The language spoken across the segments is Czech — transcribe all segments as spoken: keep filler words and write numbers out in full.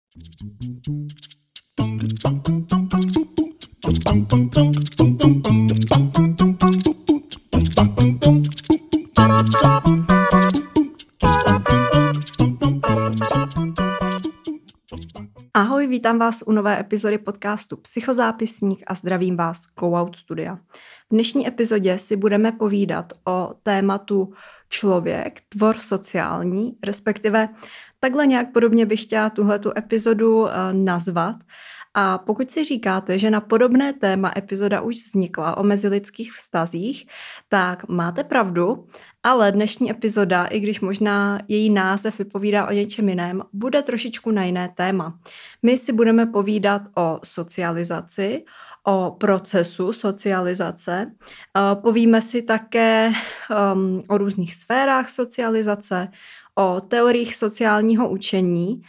Ahoj, vítám vás u nové epizody podcastu Psychozápisník a zdravím vás Go-Out Studia. V dnešní epizodě si budeme povídat o tématu člověk, tvor sociální, respektive takhle nějak podobně bych chtěla tuhletu epizodu uh, nazvat. A pokud si říkáte, že na podobné téma epizoda už vznikla o mezilidských vztazích, tak máte pravdu, ale dnešní epizoda, i když možná její název vypovídá o něčem jiném, bude trošičku na jiné téma. My si budeme povídat o socializaci, o procesu socializace, povíme si také um, o různých sférách socializace, o teoriích sociálního učení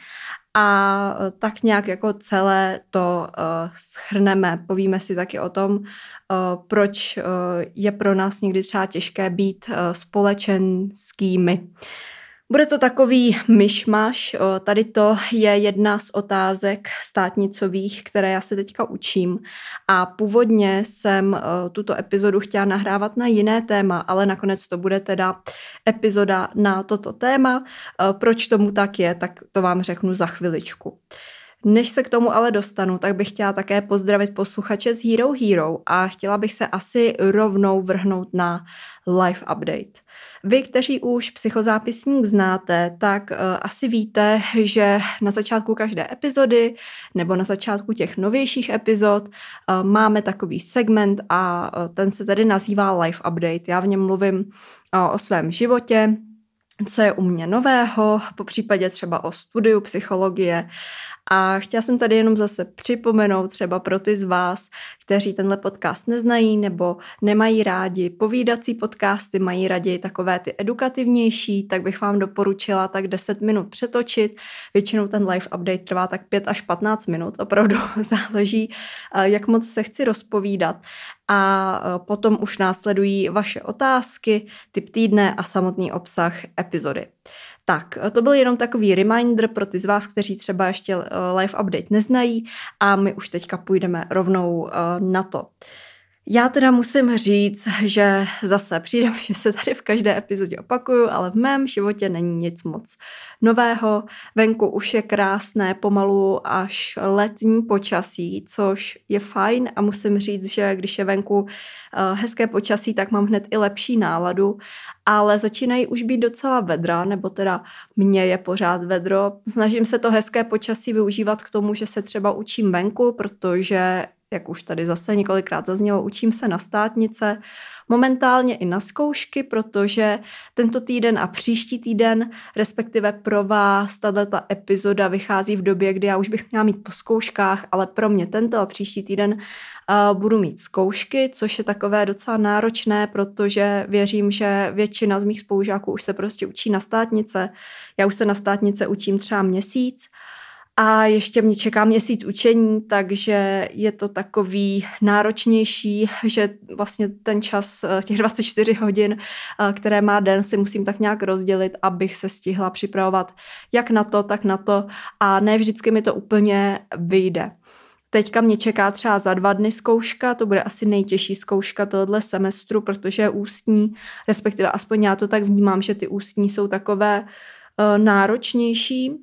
a tak nějak jako celé to uh, shrneme. Povíme si taky o tom, uh, proč uh, je pro nás někdy třeba těžké být uh, společenskými. Bude to takový myšmaš, tady to je jedna z otázek státnicových, které já se teďka učím a původně jsem tuto epizodu chtěla nahrávat na jiné téma, ale nakonec to bude teda epizoda na toto téma. Proč tomu tak je, tak to vám řeknu za chviličku. Než se k tomu ale dostanu, tak bych chtěla také pozdravit posluchače z Hero Hero a chtěla bych se asi rovnou vrhnout na live update. Vy, kteří už psychozápisník znáte, tak uh, asi víte, že na začátku každé epizody nebo na začátku těch novějších epizod uh, máme takový segment a uh, ten se tedy nazývá live update. Já v něm mluvím uh, o svém životě, co je u mě nového, po případě třeba o studiu psychologie. A chtěla jsem tady jenom zase připomenout třeba pro ty z vás, kteří tenhle podcast neznají nebo nemají rádi povídací podcasty, mají raději takové ty edukativnější, tak bych vám doporučila tak deset minut přetočit. Většinou ten live update trvá tak pět až patnáct minut, opravdu záleží, jak moc se chci rozpovídat. A potom už následují vaše otázky, typ týdne a samotný obsah epizody. Tak, to byl jenom takový reminder pro ty z vás, kteří třeba ještě live update neznají a my už teďka půjdeme rovnou na to. Já teda musím říct, že zase přijde, že se tady v každé epizodě opakuju, ale v mém životě není nic moc nového. Venku už je krásné, pomalu až letní počasí, což je fajn a musím říct, že když je venku hezké počasí, tak mám hned i lepší náladu, ale začínají už být docela vedra, nebo teda mně je pořád vedro. Snažím se to hezké počasí využívat k tomu, že se třeba učím venku, protože jak už tady zase několikrát zaznělo, učím se na státnice, momentálně i na zkoušky, protože tento týden a příští týden, respektive pro vás, tato epizoda vychází v době, kdy já už bych měla mít po zkouškách, ale pro mě tento a příští týden uh, budu mít zkoušky, což je takové docela náročné, protože věřím, že většina z mých spolužáků už se prostě učí na státnice. Já už se na státnice učím třeba měsíc, a ještě mě čeká měsíc učení, takže je to takový náročnější, že vlastně ten čas, těch dvacet čtyři hodin, které má den, si musím tak nějak rozdělit, abych se stihla připravovat jak na to, tak na to a ne vždycky mi to úplně vyjde. Teďka mě čeká třeba za dva dny zkouška, to bude asi nejtěžší zkouška tohohle semestru, protože je ústní, respektive aspoň já to tak vnímám, že ty ústní jsou takové uh, náročnější.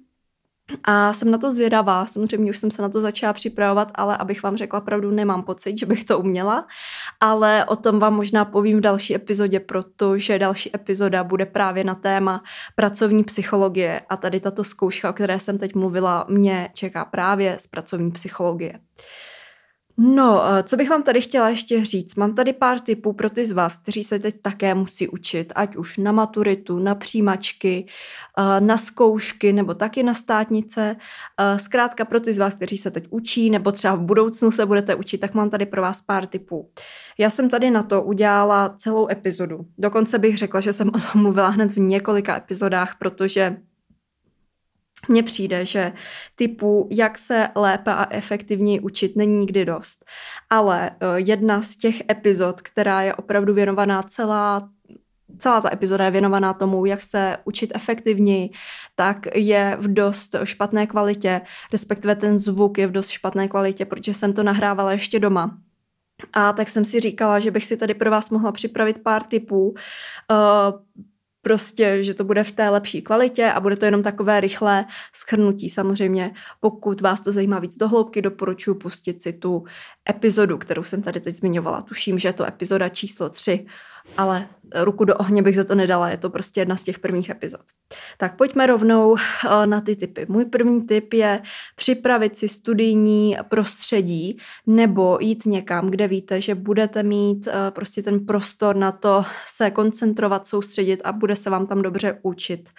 A jsem na to zvědavá, samozřejmě už jsem se na to začala připravovat, ale abych vám řekla pravdu, nemám pocit, že bych to uměla, ale o tom vám možná povím v další epizodě, protože další epizoda bude právě na téma pracovní psychologie a tady tato zkouška, o které jsem teď mluvila, mě čeká právě z pracovní psychologie. No, co bych vám tady chtěla ještě říct? Mám tady pár tipů pro ty z vás, kteří se teď také musí učit, ať už na maturitu, na přijímačky, na zkoušky nebo taky na státnice. Zkrátka pro ty z vás, kteří se teď učí nebo třeba v budoucnu se budete učit, tak mám tady pro vás pár tipů. Já jsem tady na to udělala celou epizodu. Dokonce bych řekla, že jsem o tom mluvila hned v několika epizodách, protože mně přijde, že typu, jak se lépe a efektivněji učit, není nikdy dost. Ale jedna z těch epizod, která je opravdu věnovaná celá celá ta epizoda je věnovaná tomu, jak se učit efektivněji, tak je v dost špatné kvalitě, respektive ten zvuk je v dost špatné kvalitě, protože jsem to nahrávala ještě doma. A tak jsem si říkala, že bych si tady pro vás mohla připravit pár tipů, uh, prostě, že to bude v té lepší kvalitě a bude to jenom takové rychlé shrnutí. Samozřejmě, pokud vás to zajímá víc do hloubky, doporučuji pustit si tu epizodu, kterou jsem tady teď zmiňovala. Tuším, že je to epizoda číslo tři, ale ruku do ohně bych za to nedala, je to prostě jedna z těch prvních epizod. Tak pojďme rovnou na ty tipy. Můj první tip je připravit si studijní prostředí nebo jít někam, kde víte, že budete mít prostě ten prostor na to se koncentrovat, soustředit a bude se vám tam dobře učit.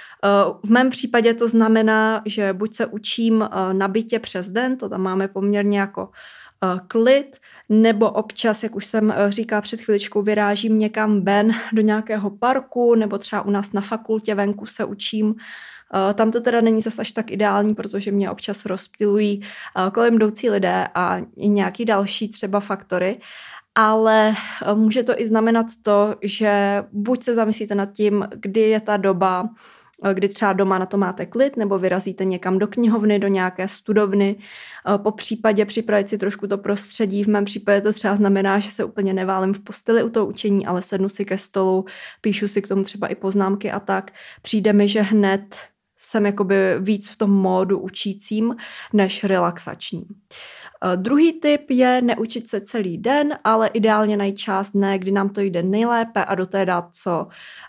V mém případě to znamená, že buď se učím na bytě přes den, to tam máme poměrně jako klid, nebo občas, jak už jsem říkala před chviličkou, vyrážím někam ven do nějakého parku, nebo třeba u nás na fakultě venku se učím. Tam to teda není zase až tak ideální, protože mě občas rozptylují kolem jdoucí lidé a i nějaký další třeba faktory, ale může to i znamenat to, že buď se zamyslíte nad tím, kdy je ta doba, kdy třeba doma na to máte klid, nebo vyrazíte někam do knihovny, do nějaké studovny, po případě připravit si trošku to prostředí. V mém případě to třeba znamená, že se úplně neválím v posteli u toho učení, ale sednu si ke stolu, píšu si k tomu třeba i poznámky a tak. Přijde mi, že hned jsem jakoby víc v tom módu učícím, než relaxačním. Druhý tip je neučit se celý den, ale ideálně najít část dne, kdy nám to jde nejlépe a do té dát co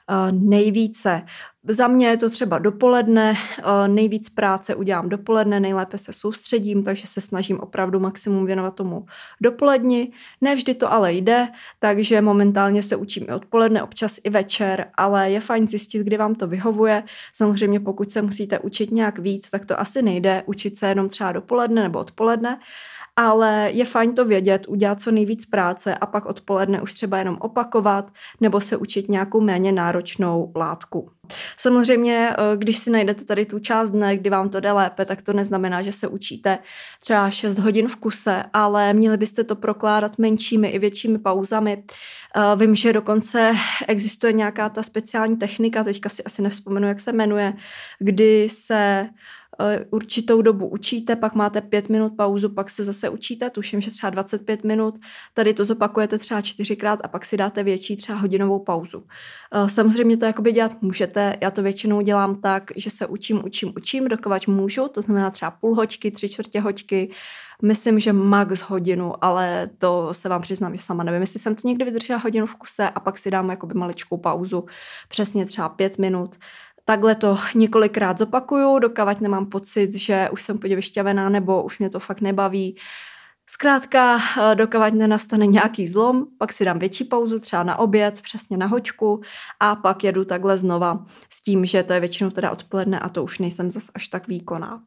nejvíce. Za mě je to třeba dopoledne, nejvíc práce udělám dopoledne, nejlépe se soustředím, takže se snažím opravdu maximum věnovat tomu dopoledni. Nevždy to ale jde, takže momentálně se učím i odpoledne, občas i večer, ale je fajn zjistit, kdy vám to vyhovuje. Samozřejmě pokud se musíte učit nějak víc, tak to asi nejde učit se jenom třeba dopoledne nebo odpoledne, ale je fajn to vědět, udělat co nejvíc práce a pak odpoledne už třeba jenom opakovat nebo se učit nějakou méně náročnou látku. Samozřejmě, když si najdete tady tu část dne, kdy vám to jde lépe, tak to neznamená, že se učíte třeba šest hodin v kuse, ale měli byste to prokládat menšími i většími pauzami. Vím, že dokonce existuje nějaká ta speciální technika, teďka si asi nevzpomenu, jak se jmenuje, kdy se určitou dobu učíte, pak máte pět minut pauzu, pak se zase učíte, tuším, že třeba dvacet pět minut, tady to zopakujete třeba čtyřikrát a pak si dáte větší třeba hodinovou pauzu. Samozřejmě to jakoby dělat můžete, já to většinou dělám tak, že se učím, učím, učím, dokud můžu, to znamená třeba půl hoďky, tři čtvrtě hoďky, myslím, že max hodinu, ale to se vám přiznám, že sama nevím, jestli jsem to někdy vydržela hodinu v kuse a pak si dám jakoby maličkou pauzu, přesně třeba pět minut. Takhle to několikrát zopakuju, dokud nemám pocit, že už jsem podě vyšťavená nebo už mě to fakt nebaví. Zkrátka, dokud nenastane nějaký zlom, pak si dám větší pauzu, třeba na oběd, přesně na hoďku a pak jedu takhle znova s tím, že to je většinou teda odpoledne a to už nejsem zas až tak výkonná.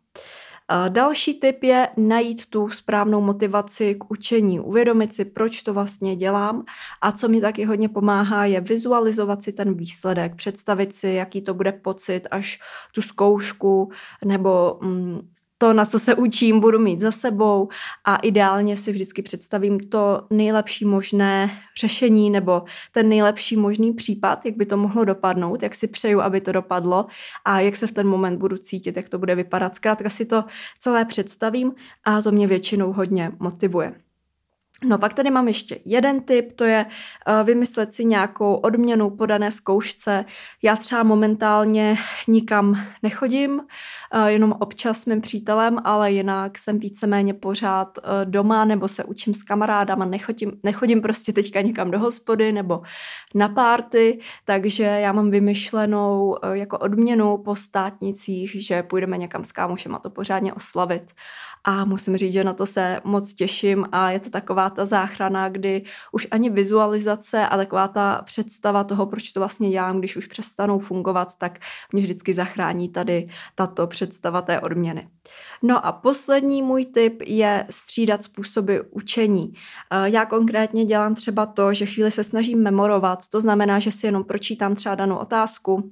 Další tip je najít tu správnou motivaci k učení, uvědomit si, proč to vlastně dělám a co mi taky hodně pomáhá je vizualizovat si ten výsledek, představit si, jaký to bude pocit, až tu zkoušku nebo mm, to, na co se učím, budu mít za sebou a ideálně si vždycky představím to nejlepší možné řešení nebo ten nejlepší možný případ, jak by to mohlo dopadnout, jak si přeju, aby to dopadlo a jak se v ten moment budu cítit, jak to bude vypadat. Zkrátka si to celé představím a to mě většinou hodně motivuje. No pak tady mám ještě jeden tip, to je uh, vymyslet si nějakou odměnu po dané zkoušce. Já třeba momentálně nikam nechodím, uh, jenom občas s mým přítelem, ale jinak jsem víceméně pořád uh, doma nebo se učím s kamarádama, nechodím, nechodím prostě teďka někam do hospody nebo na párty, takže já mám vymyšlenou uh, jako odměnu po státnicích, že půjdeme někam s kámošem a to pořádně oslavit. A musím říct, že na to se moc těším a je to taková ta záchrana, kdy už ani vizualizace a taková ta představa toho, proč to vlastně dělám, když už přestanou fungovat, tak mě vždycky zachrání tady tato představa té odměny. No a poslední můj tip je střídat způsoby učení. Já konkrétně dělám třeba to, že chvíli se snažím memorovat, to znamená, že si jenom pročítám třeba danou otázku,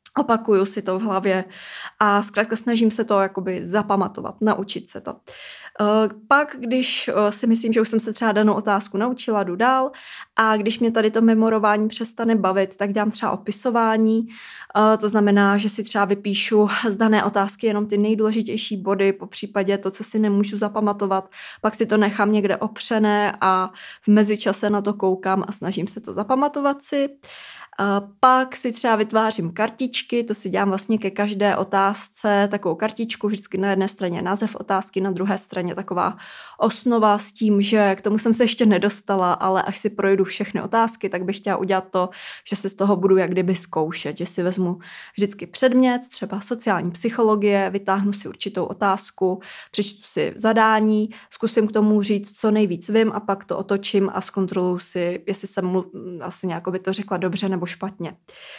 opakuju si to v hlavě a zkrátka snažím se to jakoby zapamatovat, naučit se to. Pak, když si myslím, že už jsem se třeba danou otázku naučila, jdu dál a když mě tady to memorování přestane bavit, tak dám třeba opisování. To znamená, že si třeba vypíšu z dané otázky jenom ty nejdůležitější body, po případě to, co si nemůžu zapamatovat, pak si to nechám někde opřené a v mezičase na to koukám a snažím se to zapamatovat si. Pak si třeba vytvářím kartičky, to si dělám vlastně ke každé otázce, takovou kartičku, vždycky na jedné straně název otázky, na druhé straně taková osnova s tím, že k tomu jsem se ještě nedostala, ale až si projdu všechny otázky, tak bych chtěla udělat to, že se z toho budu jak kdyby zkoušet, že si vezmu vždycky předmět, třeba sociální psychologie, vytáhnu si určitou otázku, přečtu si zadání, zkusím k tomu říct, co nejvíc vím a pak to otočím a zkontroluji si, jestli jsem mluv, asi nějak by to řekla dobře nebo špatně.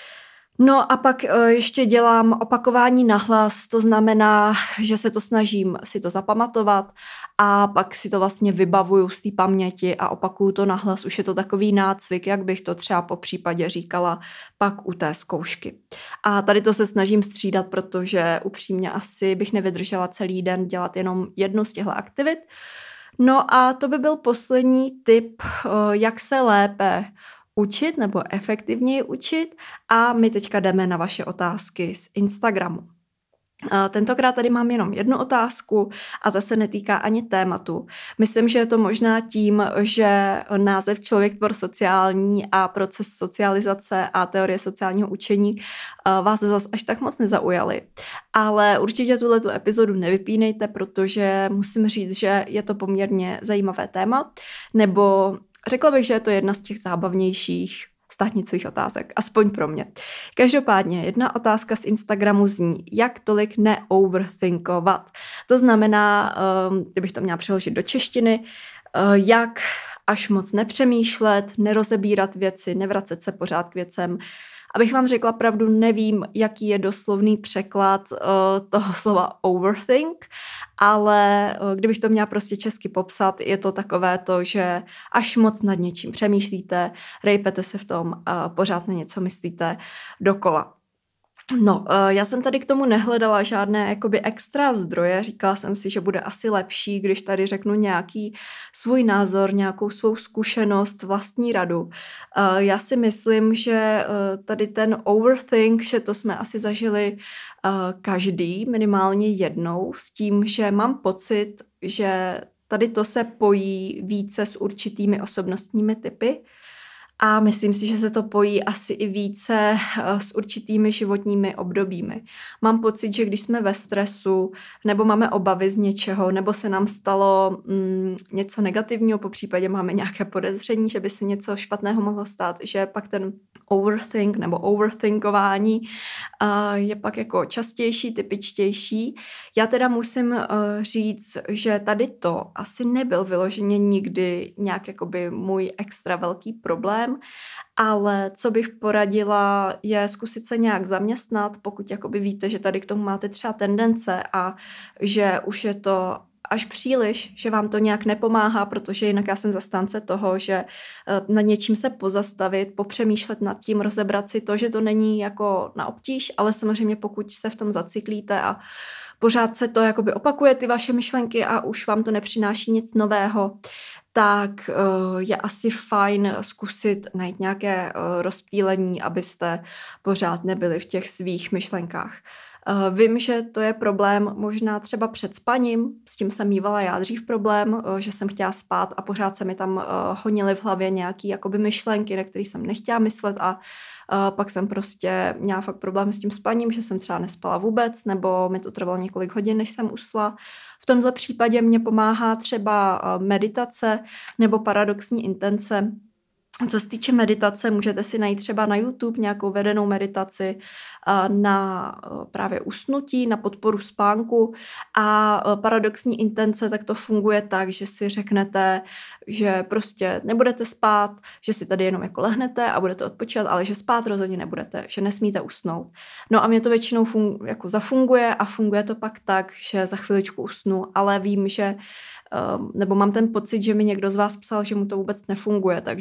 No a pak ještě dělám opakování nahlas, to znamená, že se to snažím si to zapamatovat a pak si to vlastně vybavuju z té paměti a opakuju to nahlas. Už je to takový nácvik, jak bych to třeba po případě říkala pak u té zkoušky. A tady to se snažím střídat, protože upřímně asi bych nevydržela celý den dělat jenom jednu z těchto aktivit. No a to by byl poslední tip, jak se lépe učit nebo efektivněji učit a my teďka jdeme na vaše otázky z Instagramu. Tentokrát tady mám jenom jednu otázku a ta se netýká ani tématu. Myslím, že je to možná tím, že název Člověk tvor sociální a proces socializace a teorie sociálního učení vás zas až tak moc nezaujaly. Ale určitě tuhletu epizodu nevypínejte, protože musím říct, že je to poměrně zajímavé téma, nebo řekla bych, že je to jedna z těch zábavnějších státnicových otázek, aspoň pro mě. Každopádně jedna otázka z Instagramu zní, jak tolik neoverthinkovat. To znamená, kdybych to měla přeložit do češtiny, jak až moc nepřemýšlet, nerozebírat věci, nevracet se pořád k věcem. Abych vám řekla pravdu, nevím, jaký je doslovný překlad uh, toho slova overthink, ale uh, kdybych to měla prostě česky popsat, je to takové to, že až moc nad něčím přemýšlíte, rejpete se v tom, uh, pořád na něco myslíte dokola. No, já jsem tady k tomu nehledala žádné jakoby extra zdroje, říkala jsem si, že bude asi lepší, když tady řeknu nějaký svůj názor, nějakou svou zkušenost, vlastní radu. Já si myslím, že tady ten overthink, že to jsme asi zažili každý minimálně jednou s tím, že mám pocit, že tady to se pojí více s určitými osobnostními typy, a myslím si, že se to pojí asi i více s určitými životními obdobími. Mám pocit, že když jsme ve stresu, nebo máme obavy z něčeho, nebo se nám stalo mm, něco negativního, po případě máme nějaké podezření, že by se něco špatného mohlo stát, že pak ten overthink nebo overthinkování uh, je pak jako častější, typičtější. Já teda musím uh, říct, že tady to asi nebyl vyloženě nikdy nějak jakoby můj extra velký problém, ale co bych poradila je zkusit se nějak zaměstnat, pokud jakoby víte, že tady k tomu máte třeba tendence a že už je to až příliš, že vám to nějak nepomáhá, protože jinak já jsem zastánce toho, že nad něčím se pozastavit, popřemýšlet nad tím, rozebrat si to, že to není jako na obtíž, ale samozřejmě pokud se v tom zacyklíte a pořád se to jakoby opakuje ty vaše myšlenky a už vám to nepřináší nic nového, tak je asi fajn zkusit najít nějaké rozptýlení, abyste pořád nebyli v těch svých myšlenkách. Vím, že to je problém možná třeba před spaním, s tím jsem mívala já dřív problém, že jsem chtěla spát a pořád se mi tam honily v hlavě nějaké jakoby myšlenky, na které jsem nechtěla myslet a pak jsem prostě měla fakt problém s tím spaním, že jsem třeba nespala vůbec, nebo mi to trvalo několik hodin, než jsem usla. V tomhle případě mě pomáhá třeba meditace nebo paradoxní intence. Co se týče meditace, můžete si najít třeba na YouTube nějakou vedenou meditaci na právě usnutí, na podporu spánku a paradoxní intence, tak to funguje tak, že si řeknete, že prostě nebudete spát, že si tady jenom jako lehnete a budete odpočívat, ale že spát rozhodně nebudete, že nesmíte usnout. No a mě to většinou fungu, jako zafunguje a funguje to pak tak, že za chviličku usnu, ale vím, že nebo mám ten pocit, že mi někdo z vás psal, že mu to vůbec nefunguje, takže asi to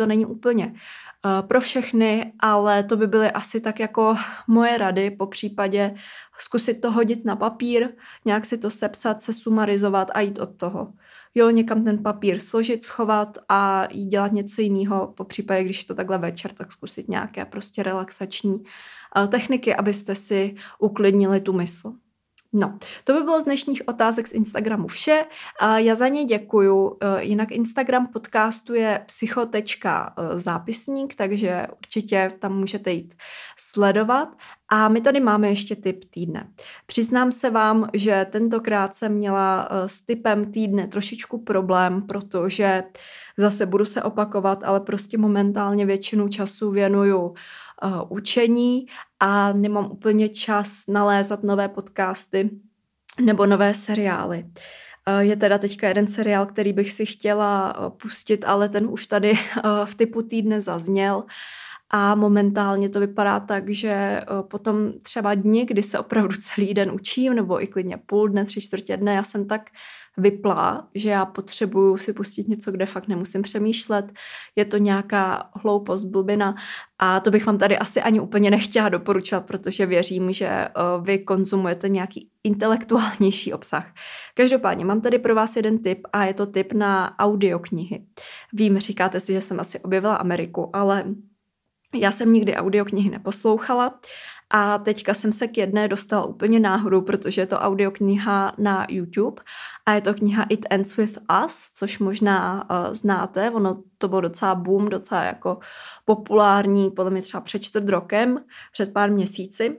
to není úplně uh, pro všechny, ale to by byly asi tak jako moje rady, po případě zkusit to hodit na papír, nějak si to sepsat, se sumarizovat a jít od toho. Jo, někam ten papír složit, schovat a jít dělat něco jiného, po případě, když je to takhle večer, tak zkusit nějaké prostě relaxační uh, techniky, abyste si uklidnili tu mysl. No, to by bylo z dnešních otázek z Instagramu vše. Já za ně děkuju. Jinak Instagram podcastu je psycho tečka zápisník, takže určitě tam můžete jít sledovat. A my tady máme ještě tip týdne. Přiznám se vám, že tentokrát jsem měla s tipem týdne trošičku problém, protože zase budu se opakovat, ale prostě momentálně většinu času věnuju Uh, učení a nemám úplně čas nalézat nové podcasty nebo nové seriály. Uh, je teda teďka jeden seriál, který bych si chtěla uh, pustit, ale ten už tady uh, v typu týdne zazněl a momentálně to vypadá tak, že uh, potom třeba dny, kdy se opravdu celý den učím, nebo i klidně půl dne, tři čtvrtě dne, já jsem tak vyplá, že já potřebuju si pustit něco, kde fakt nemusím přemýšlet, je to nějaká hloupost, blbina a to bych vám tady asi ani úplně nechtěla doporučovat, protože věřím, že vy konzumujete nějaký intelektuálnější obsah. Každopádně mám tady pro vás jeden tip a je to tip na audioknihy. Vím, říkáte si, že jsem asi objevila Ameriku, ale já jsem nikdy audioknihy neposlouchala a teďka jsem se k jedné dostala úplně náhodou, protože je to audiokniha na YouTube a je to kniha It Ends With Us, což možná uh, znáte, ono to bylo docela boom, docela jako populární, podle mě třeba před čtvrt rokem, před pár měsíci.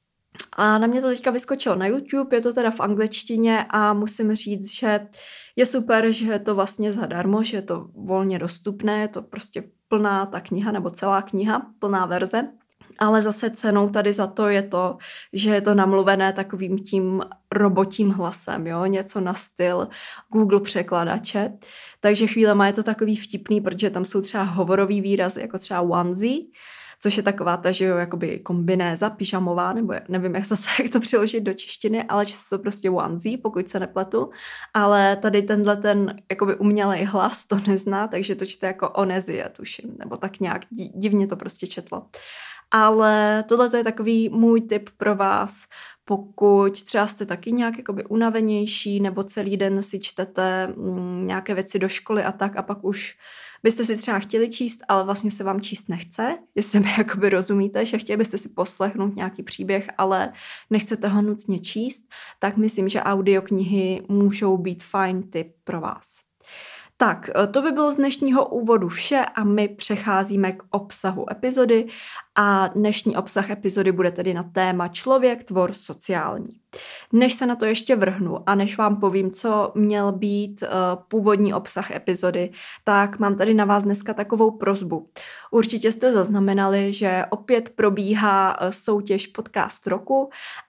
A na mě to teďka vyskočilo na YouTube, je to teda v angličtině a musím říct, že je super, že je to vlastně zadarmo, že je to volně dostupné, je to prostě plná ta kniha nebo celá kniha, plná verze. Ale zase cenou tady za to je to, že je to namluvené takovým tím robotím hlasem, jo? Něco na styl Google překladače. Takže chvílema je to takový vtipný, protože tam jsou třeba hovorový výrazy, jako třeba onesie, což je taková ta, že jo, jakoby kombinéza, pyžamová, nebo nevím, jak zase jak to přeložit do češtiny, ale často to prostě onesie, pokud se nepletu. Ale tady tenhle ten jakoby umělej hlas to nezná, takže to čte jako onesie, tuším, nebo tak nějak divně to prostě četlo. Ale tohle je takový můj tip pro vás, pokud třeba jste taky nějak jakoby unavenější nebo celý den si čtete mm, nějaké věci do školy a tak a pak už byste si třeba chtěli číst, ale vlastně se vám číst nechce, jestli mi jakoby rozumíte, že chtěli byste si poslechnout nějaký příběh, ale nechcete ho nutně číst, tak myslím, že audioknihy můžou být fajn tip pro vás. Tak, to by bylo z dnešního úvodu vše a my přecházíme k obsahu epizody a dnešní obsah epizody bude tedy na téma člověk, tvor sociální. Než se na to ještě vrhnu a než vám povím, co měl být uh, původní obsah epizody, tak mám tady na vás dneska takovou prosbu. Určitě jste zaznamenali, že opět probíhá uh, soutěž Podcast roku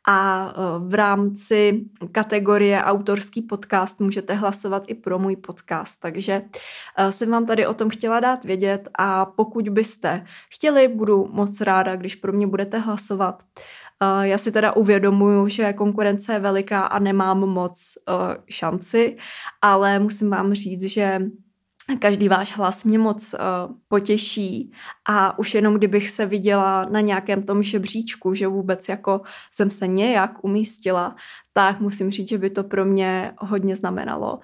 a uh, v rámci kategorie autorský podcast můžete hlasovat i pro můj podcast, takže uh, jsem vám tady o tom chtěla dát vědět a pokud byste chtěli, budu moc ráda, když pro mě budete hlasovat. Uh, já si teda uvědomuju, že konkurence je veliká a nemám moc uh, šanci, ale musím vám říct, že každý váš hlas mě moc uh, potěší a už jenom kdybych se viděla na nějakém tom žebříčku, že vůbec jako jsem se nějak umístila, tak musím říct, že by to pro mě hodně znamenalo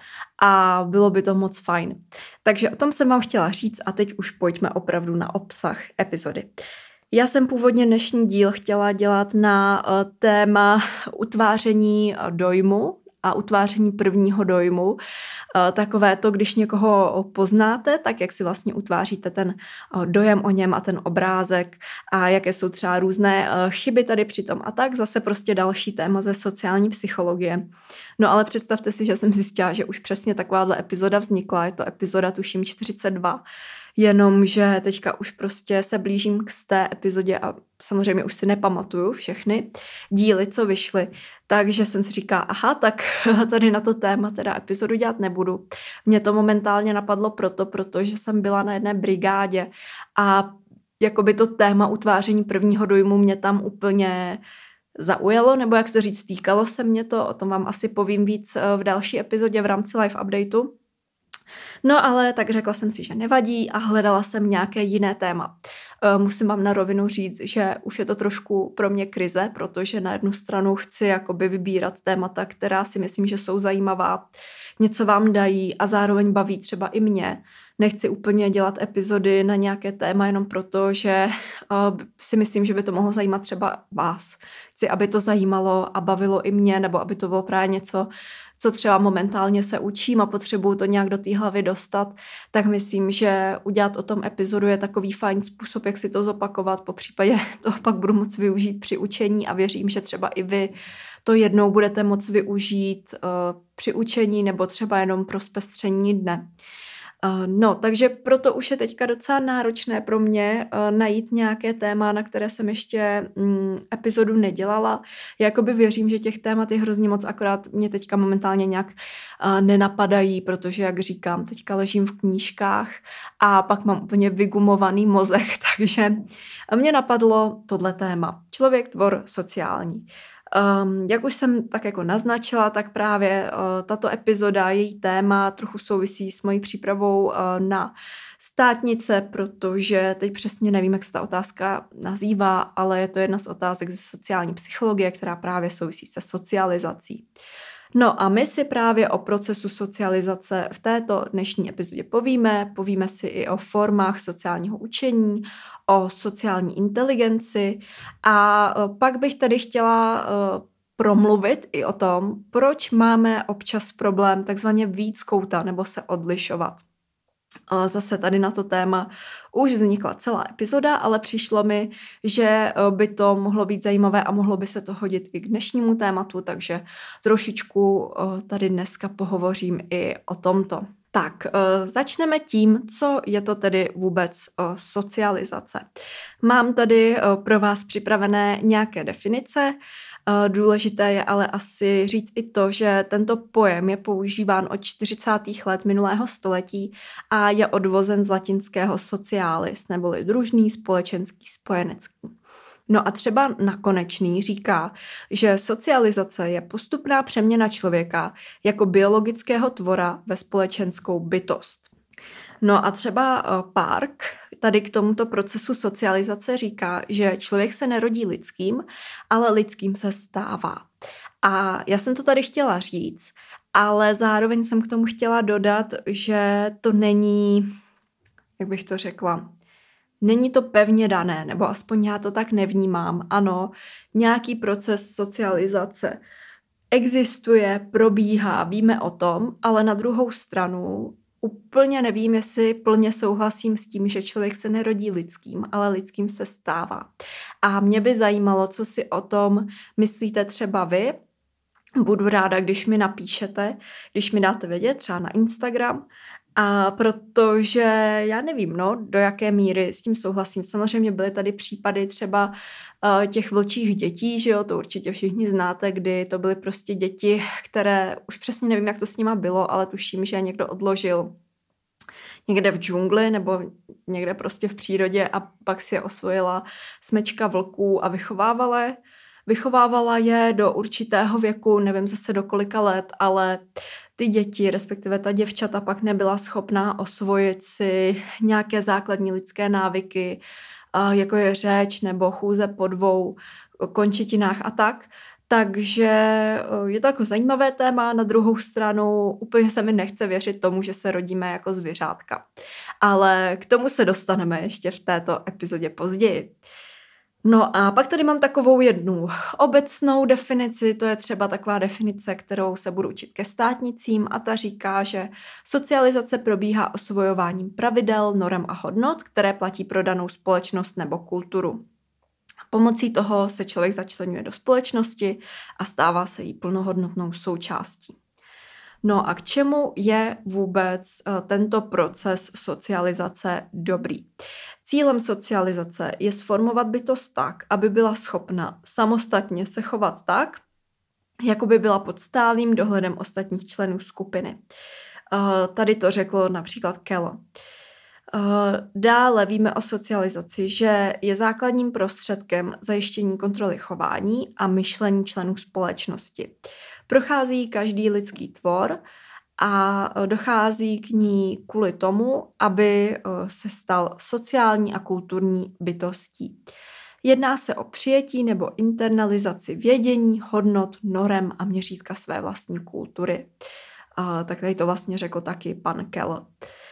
a bylo by to moc fajn. Takže o tom jsem vám chtěla říct a teď už pojďme opravdu na obsah epizody. Já jsem původně dnešní díl chtěla dělat na téma utváření dojmu a utváření prvního dojmu. Takové to, když někoho poznáte, tak jak si vlastně utváříte ten dojem o něm a ten obrázek a jaké jsou třeba různé chyby tady přitom a tak. Zase prostě další téma ze sociální psychologie. No ale představte si, že jsem zjistila, že už přesně takováhle epizoda vznikla. Je to epizoda tuším čtyřicet dva. Jenomže teďka už prostě se blížím k té epizodě a samozřejmě už si nepamatuju všechny díly, co vyšly. Takže jsem si říkala, aha, tak tady na to téma teda epizodu dělat nebudu. Mě to momentálně napadlo proto, protože jsem byla na jedné brigádě a jakoby to téma utváření prvního dojmu mě tam úplně zaujalo, nebo jak to říct, týkalo se mě to, o tom vám asi povím víc v další epizodě v rámci live updateu. No ale tak řekla jsem si, že nevadí a hledala jsem nějaké jiné téma. Musím vám na rovinu říct, že už je to trošku pro mě krize, protože na jednu stranu chci jakoby vybírat témata, která si myslím, že jsou zajímavá, něco vám dají a zároveň baví třeba i mě. Nechci úplně dělat epizody na nějaké téma jenom proto, že si myslím, že by to mohlo zajímat třeba vás. Chci, aby to zajímalo a bavilo i mě, nebo aby to bylo právě něco, co třeba momentálně se učím a potřebuju to nějak do té hlavy dostat, tak myslím, že udělat o tom epizodu je takový fajn způsob, jak si to zopakovat, po případě toho pak budu moc využít při učení a věřím, že třeba i vy to jednou budete moc využít uh, při učení nebo třeba jenom pro zpestření dne. No, takže proto už je teďka docela náročné pro mě uh, najít nějaké téma, na které jsem ještě um, epizodu nedělala. Já jakoby věřím, že těch témat je hrozně moc, akorát mě teďka momentálně nějak uh, nenapadají, protože, jak říkám, teďka ležím v knížkách a pak mám úplně vygumovaný mozek, takže mě napadlo tohle téma. Člověk, tvor, sociální. Um, jak už jsem tak jako naznačila, tak právě uh, tato epizoda, její téma trochu souvisí s mojí přípravou uh, na státnice, protože teď přesně nevím, jak se ta otázka nazývá, ale je to jedna z otázek ze sociální psychologie, která právě souvisí se socializací. No a my si právě o procesu socializace v této dnešní epizodě povíme. Povíme si i o formách sociálního učení, o sociální inteligenci a pak bych tady chtěla promluvit i o tom, proč máme občas problém takzvaně víc kouta nebo se odlišovat. Zase tady na to téma už vznikla celá epizoda, ale přišlo mi, že by to mohlo být zajímavé a mohlo by se to hodit i k dnešnímu tématu, takže trošičku tady dneska pohovořím i o tomto. Tak, začneme tím, co je to tedy vůbec socializace. Mám tady pro vás připravené nějaké definice. Důležité je ale asi říct i to, že tento pojem je používán od čtyřicátých let minulého století a je odvozen z latinského socialis, neboli družný, společenský, spojenecký. No a třeba Nakonečný říká, že socializace je postupná přeměna člověka jako biologického tvora ve společenskou bytost. No a třeba Park tady k tomuto procesu socializace říká, že člověk se nerodí lidským, ale lidským se stává. A já jsem to tady chtěla říct, ale zároveň jsem k tomu chtěla dodat, že to není, jak bych to řekla, není to pevně dané, nebo aspoň já to tak nevnímám. Ano, nějaký proces socializace existuje, probíhá, víme o tom, ale na druhou stranu úplně nevím, jestli plně souhlasím s tím, že člověk se nerodí lidským, ale lidským se stává. A mě by zajímalo, co si o tom myslíte třeba vy. Budu ráda, když mi napíšete, když mi dáte vědět, třeba na Instagram, a protože já nevím, no, do jaké míry s tím souhlasím. Samozřejmě byly tady případy třeba uh, těch vlčích dětí, že jo, to určitě všichni znáte, kdy to byly prostě děti, které, už přesně nevím, jak to s nima bylo, ale tuším, že někdo odložil někde v džungli nebo někde prostě v přírodě a pak si je osvojila smečka vlků a vychovávala je. Vychovávala je do určitého věku, nevím zase do kolika let, ale ty děti, respektive ta děvčata pak nebyla schopná osvojit si nějaké základní lidské návyky, jako je řeč nebo chůze po dvou končetinách a tak. Takže je to jako zajímavé téma, na druhou stranu úplně se mi nechce věřit tomu, že se rodíme jako zvířátka. Ale k tomu se dostaneme ještě v této epizodě později. No a pak tady mám takovou jednu obecnou definici, to je třeba taková definice, kterou se budu učit ke státnicím a ta říká, že socializace probíhá osvojováním pravidel, norem a hodnot, které platí pro danou společnost nebo kulturu. Pomocí toho se člověk začleňuje do společnosti a stává se jí plnohodnotnou součástí. No a k čemu je vůbec tento proces socializace dobrý? Cílem socializace je sformovat bytost tak, aby byla schopna samostatně se chovat tak, jako by byla pod stálým dohledem ostatních členů skupiny. Tady to řekl například Kello. Dále víme o socializaci, že je základním prostředkem zajištění kontroly chování a myšlení členů společnosti. Prochází každý lidský tvor a dochází k ní kvůli tomu, aby se stal sociální a kulturní bytostí. Jedná se o přijetí nebo internalizaci vědění, hodnot, norem a měřítka své vlastní kultury. Uh, tak tady to vlastně řekl taky pan Kell.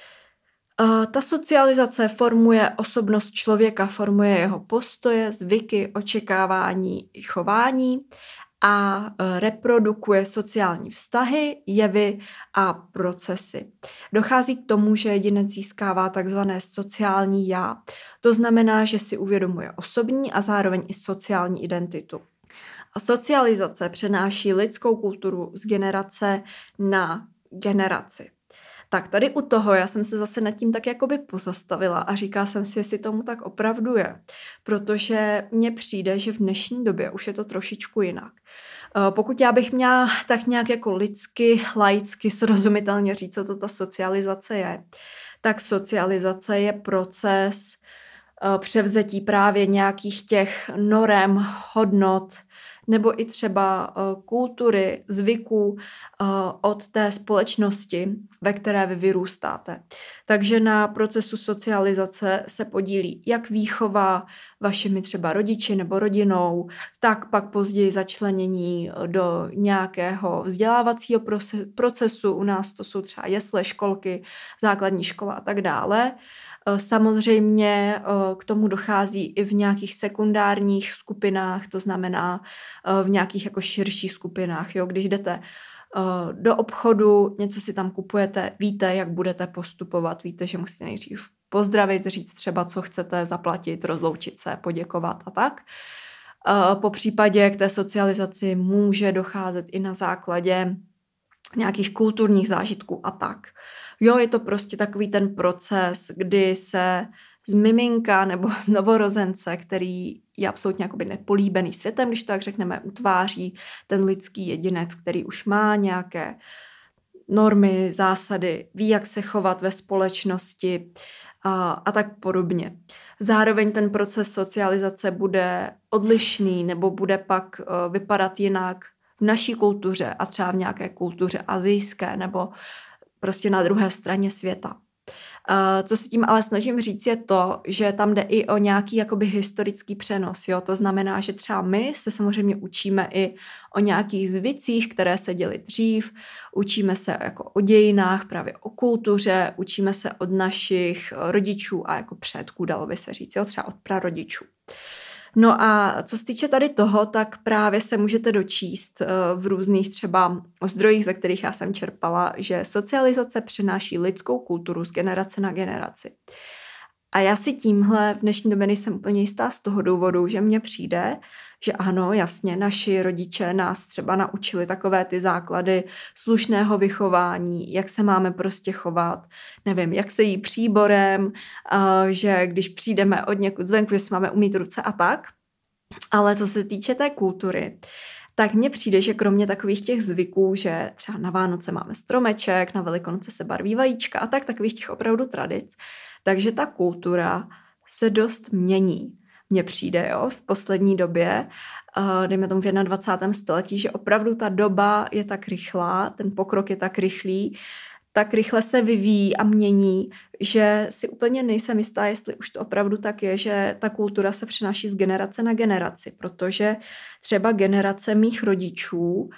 Uh, ta socializace formuje osobnost člověka, formuje jeho postoje, zvyky, očekávání i chování a reprodukuje sociální vztahy, jevy a procesy. Dochází k tomu, že jedinec získává takzvané sociální já. To znamená, že si uvědomuje osobní a zároveň i sociální identitu. A socializace přenáší lidskou kulturu z generace na generaci. Tak tady u toho já jsem se zase nad tím tak jakoby pozastavila a říká jsem si, jestli tomu tak opravdu je. Protože mně přijde, že v dnešní době už je to trošičku jinak. Pokud já bych měla tak nějak jako lidsky, laicky, srozumitelně říct, co to ta socializace je, tak socializace je proces převzetí právě nějakých těch norem, hodnot, nebo i třeba kultury, zvyků od té společnosti, ve které vy vyrůstáte. Takže na procesu socializace se podílí jak výchova vašimi třeba rodiči nebo rodinou, tak pak později začlenění do nějakého vzdělávacího procesu. U nás to jsou třeba jesle, školky, základní škola a tak dále. Samozřejmě k tomu dochází i v nějakých sekundárních skupinách, to znamená v nějakých jako širších skupinách. Jo? Když jdete do obchodu, něco si tam kupujete, víte, jak budete postupovat, víte, že musíte nejdřív pozdravit, říct třeba, co chcete zaplatit, rozloučit se, poděkovat a tak. Po případě k té socializaci může docházet i na základě nějakých kulturních zážitků a tak. Jo, je to prostě takový ten proces, kdy se z miminka nebo z novorozence, který je absolutně jakoby nepolíbený světem, když to tak řekneme, utváří ten lidský jedinec, který už má nějaké normy, zásady, ví, jak se chovat ve společnosti a, a tak podobně. Zároveň ten proces socializace bude odlišný nebo bude pak uh, vypadat jinak v naší kultuře a třeba v nějaké kultuře asijské nebo prostě na druhé straně světa. Uh, co se tím ale snažím říct je to, že tam jde i o nějaký jakoby historický přenos. Jo? To znamená, že třeba my se samozřejmě učíme i o nějakých zvycích, které se děly dřív, učíme se jako o dějinách, právě o kultuře, učíme se od našich rodičů a jako předků, dalo by se říct, jo? Třeba od prarodičů. No a co se týče tady toho, tak právě se můžete dočíst v různých třeba zdrojích, ze kterých já jsem čerpala, že socializace přináší lidskou kulturu z generace na generaci. A já si tímhle v dnešní době nejsem úplně jistá z toho důvodu, že mně přijde, že ano, jasně, naši rodiče nás třeba naučili takové ty základy slušného vychování, jak se máme prostě chovat, nevím, jak se jí příborem, že když přijdeme od někud zvenku, že si máme umýt ruce a tak. Ale co se týče té kultury, tak mně přijde, že kromě takových těch zvyků, že třeba na Vánoce máme stromeček, na Velikonoce se barví vajíčka a tak, takových těch opravdu tradic, takže ta kultura se dost mění. Mně přijde, jo, v poslední době, dejme tomu v dvacátém prvním století, že opravdu ta doba je tak rychlá, ten pokrok je tak rychlý, tak rychle se vyvíjí a mění, že si úplně nejsem jistá, jestli už to opravdu tak je, že ta kultura se přenáší z generace na generaci, protože třeba generace mých rodičů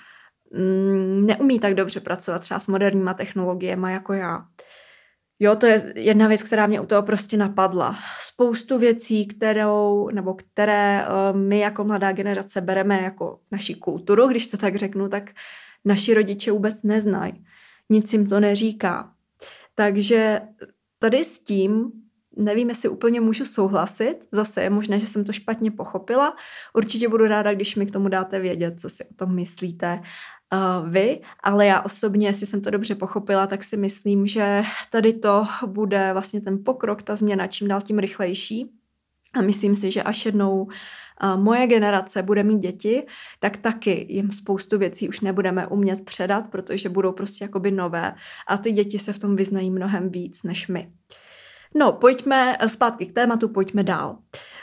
mm, neumí tak dobře pracovat třeba s moderníma technologiemi jako já. Jo, to je jedna věc, která mě u toho prostě napadla. Spoustu věcí, kterou, nebo které uh, my jako mladá generace bereme jako naši kulturu, když to tak řeknu, tak naši rodiče vůbec neznají. Nic jim to neříká. Takže tady s tím nevím, jestli úplně můžu souhlasit. Zase je možné, že jsem to špatně pochopila. Určitě budu ráda, když mi k tomu dáte vědět, co si o tom myslíte uh, vy, ale já osobně, jestli jsem to dobře pochopila, tak si myslím, že tady to bude vlastně ten pokrok, ta změna čím dál tím rychlejší. A myslím si, že až jednou moje generace bude mít děti, tak taky jim spoustu věcí už nebudeme umět předat, protože budou prostě jakoby nové a ty děti se v tom vyznají mnohem víc než my. No, pojďme zpátky k tématu, pojďme dál.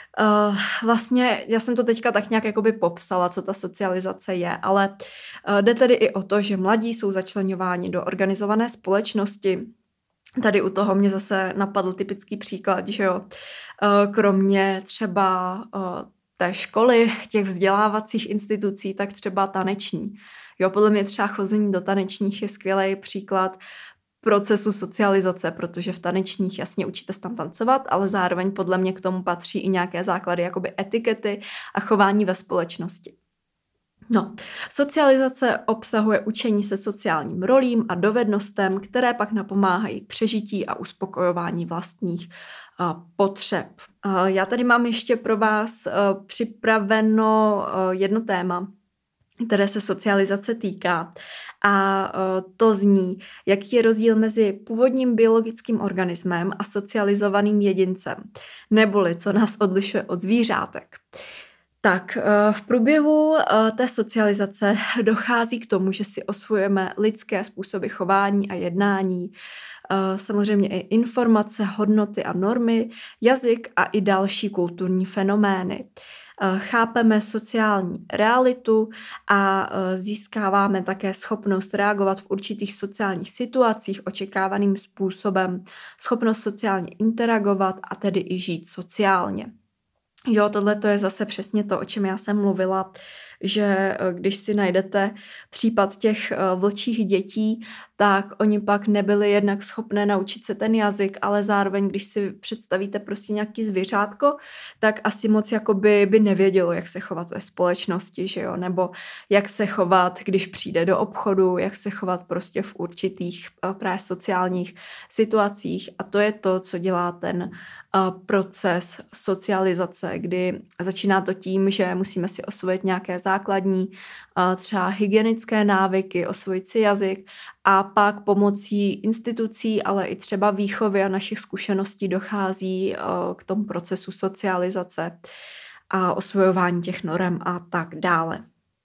Uh, vlastně já jsem to teďka tak nějak jakoby popsala, co ta socializace je, ale uh, jde tedy i o to, že mladí jsou začleňováni do organizované společnosti. Tady u toho mě zase napadl typický příklad, že jo, uh, kromě třeba uh, té školy, těch vzdělávacích institucí, tak třeba taneční. Jo, podle mě třeba chození do tanečních je skvělý příklad procesu socializace, protože v tanečních jasně učíte se tam tancovat, ale zároveň podle mě k tomu patří i nějaké základy jakoby etikety a chování ve společnosti. No, socializace obsahuje učení se sociálním rolím a dovednostem, které pak napomáhají k přežití a uspokojování vlastních uh, potřeb. Uh, já tady mám ještě pro vás uh, připraveno uh, jedno téma, které se socializace týká. A to zní, jaký je rozdíl mezi původním biologickým organismem a socializovaným jedincem, neboli co nás odlišuje od zvířátek. Tak v průběhu té socializace dochází k tomu, že si osvojujeme lidské způsoby chování a jednání, samozřejmě i informace, hodnoty a normy, jazyk a i další kulturní fenomény. Chápeme sociální realitu a získáváme také schopnost reagovat v určitých sociálních situacích očekávaným způsobem, schopnost sociálně interagovat a tedy i žít sociálně. Jo, tohle to je zase přesně to, o čem já jsem mluvila, že když si najdete případ těch vlčích dětí, tak oni pak nebyli jednak schopné naučit se ten jazyk, ale zároveň, když si představíte prostě nějaký zvířátko, tak asi moc jakoby by nevědělo, jak se chovat ve společnosti, že jo, nebo jak se chovat, když přijde do obchodu, jak se chovat prostě v určitých právě sociálních situacích a to je to, co dělá ten proces socializace, kdy začíná to tím, že musíme si osvojit nějaké základní třeba hygienické návyky, osvojit si jazyk a pak pomocí institucí, ale i třeba výchovy a našich zkušeností dochází k tomu procesu socializace a osvojování těch norem a tak dále.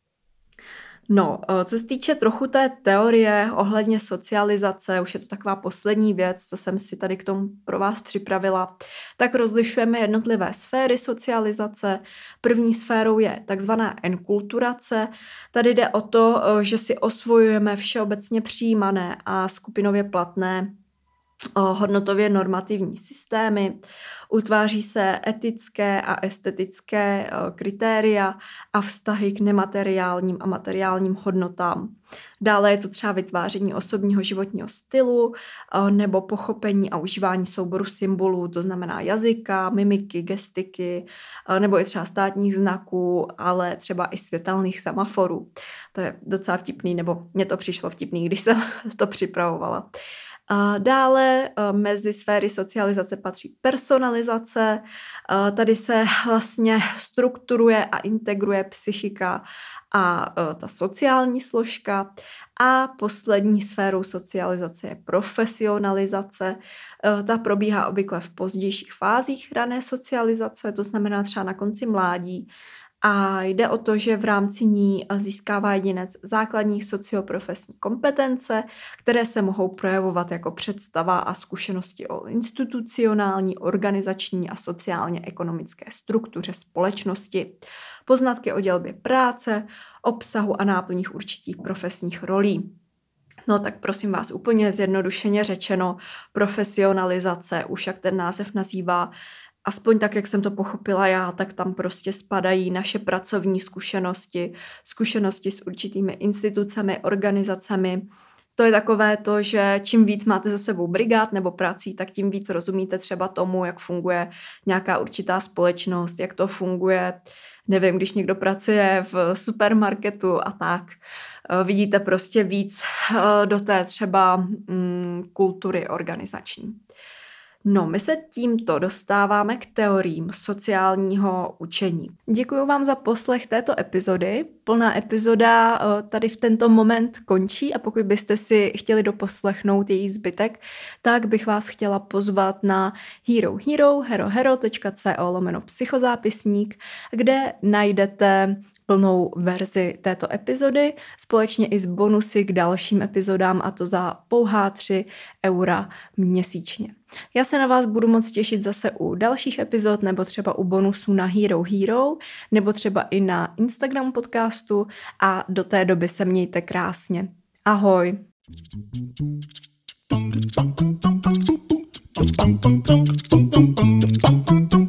No, co se týče trochu té teorie ohledně socializace, už je to taková poslední věc, co jsem si tady k tomu pro vás připravila, tak rozlišujeme jednotlivé sféry socializace. První sférou je takzvaná enkulturace. Tady jde o to, že si osvojujeme všeobecně přijímané a skupinově platné hodnotově normativní systémy, utváří se etické a estetické kritéria a vztahy k nemateriálním a materiálním hodnotám. Dále je to třeba vytváření osobního životního stylu nebo pochopení a užívání souboru symbolů, to znamená jazyka, mimiky, gestiky nebo i třeba státních znaků, ale třeba i světelných semaforů. To je docela vtipný, nebo mně to přišlo vtipný, když jsem to připravovala. Dále mezi sféry socializace patří personalizace. Tady se vlastně strukturuje a integruje psychika a ta sociální složka. A poslední sférou socializace je profesionalizace. Ta probíhá obvykle v pozdějších fázích rané socializace, to znamená třeba na konci mládí. A jde o to, že v rámci ní získává jedinec základní socioprofesní kompetence, které se mohou projevovat jako představa a zkušenosti o institucionální, organizační a sociálně-ekonomické struktuře společnosti, poznatky o dělbě práce, obsahu a náplních určitých profesních rolí. No tak prosím vás, úplně zjednodušeně řečeno, profesionalizace, už jak ten název nazývá, aspoň tak, jak jsem to pochopila já, tak tam prostě spadají naše pracovní zkušenosti, zkušenosti s určitými institucemi, organizacemi. To je takové to, že čím víc máte za sebou brigád nebo prací, tak tím víc rozumíte třeba tomu, jak funguje nějaká určitá společnost, jak to funguje, nevím, když někdo pracuje v supermarketu a tak. Vidíte prostě víc do té třeba mm, kultury organizační. No, my se tímto dostáváme k teoriím sociálního učení. Děkuji vám za poslech této epizody. Plná epizoda tady v tento moment končí a pokud byste si chtěli doposlechnout její zbytek, tak bych vás chtěla pozvat na hero hero herohero tečka co lomeno psychozápisník, kde najdete plnou verzi této epizody, společně i s bonusy k dalším epizodám, a to za pouhá tři eura měsíčně. Já se na vás budu moc těšit zase u dalších epizod, nebo třeba u bonusů na Hero Hero, nebo třeba i na Instagram podcastu, a do té doby se mějte krásně. Ahoj! Dum dum dum dum dum dum dum dum dum dum dum dum dum dum dum dum